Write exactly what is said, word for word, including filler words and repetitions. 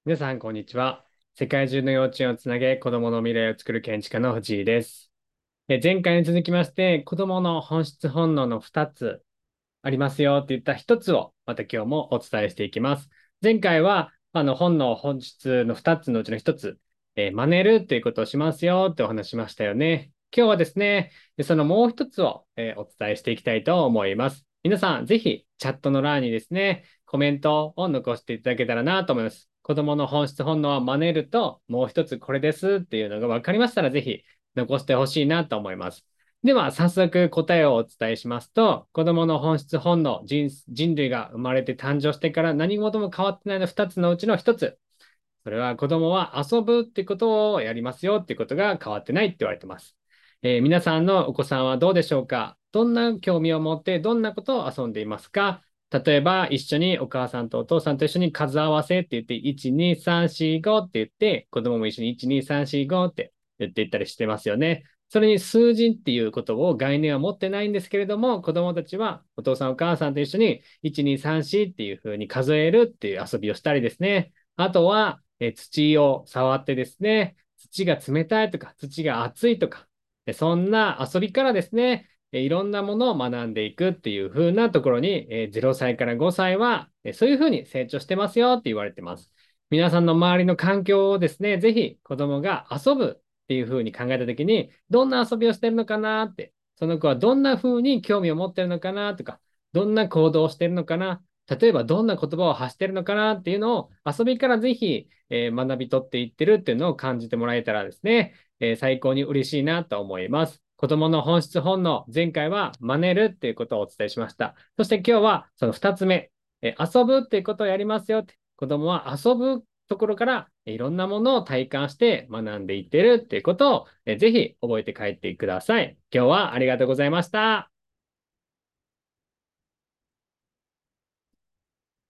皆さん、こんにちは。世界中の幼稚園をつなげ、子供の未来を作る建築家の藤井です。え前回に続きまして、子供の本質本能のふたつありますよって言ったひとつを、また今日もお伝えしていきます。前回は、あの、本能本質のふたつのうちのひとつ、えー真似るっていうことをしますよってお話ししましたよね。今日はですね、そのもう一つを、えーお伝えしていきたいと思います。皆さん、ぜひ、チャットの欄にですね、コメントを残していただけたらなと思います。子供の本質本能は真似ると、もう一つこれですっていうのが分かりましたら、ぜひ残してほしいなと思います。では、早速答えをお伝えしますと、子供の本質本能、人、人類が生まれて誕生してから何事も変わってないのふたつのうちのひとつ。それは子供は遊ぶってことをやりますよっていうことが変わってないって言われてます。えー皆さんのお子さんはどうでしょうか？どんな興味を持ってどんなことを遊んでいますか？例えば一緒にお母さんとお父さんと一緒に数合わせって言って、いち、に、さん、よん、ごって言って、子供も一緒にいち、に、さん、よん、ごって言っていったりしてますよね。それに数字っていうことを概念は持ってないんですけれども、子供たちはお父さんお母さんと一緒にいち、に、さん、よんっていうふうに数えるっていう遊びをしたりですね。あとは、え土を触ってですね、土が冷たいとか、土が熱いとか、えそんな遊びからですね、えいろんなものを学んでいくっていう風なところに、えゼロさいからごさいは、えそういう風に成長してますよって言われてます。皆さんの周りの環境をですね、ぜひ子供が遊ぶっていう風に考えたときに、どんな遊びをしてるのかなって、その子はどんな風に興味を持ってるのかなとか、どんな行動をしてるのかな、例えばどんな言葉を発してるのかなっていうのを遊びからぜひ、えー学び取っていってるっていうのを感じてもらえたらですね、えー最高に嬉しいなと思います。子供の本質本能、前回は真似るっていうことをお伝えしました。そして今日はその二つ目、えー遊ぶっていうことをやりますよって。子供は遊ぶところからいろんなものを体感して学んでいってるっていうことを、えーぜひ覚えて帰ってください。今日はありがとうございました。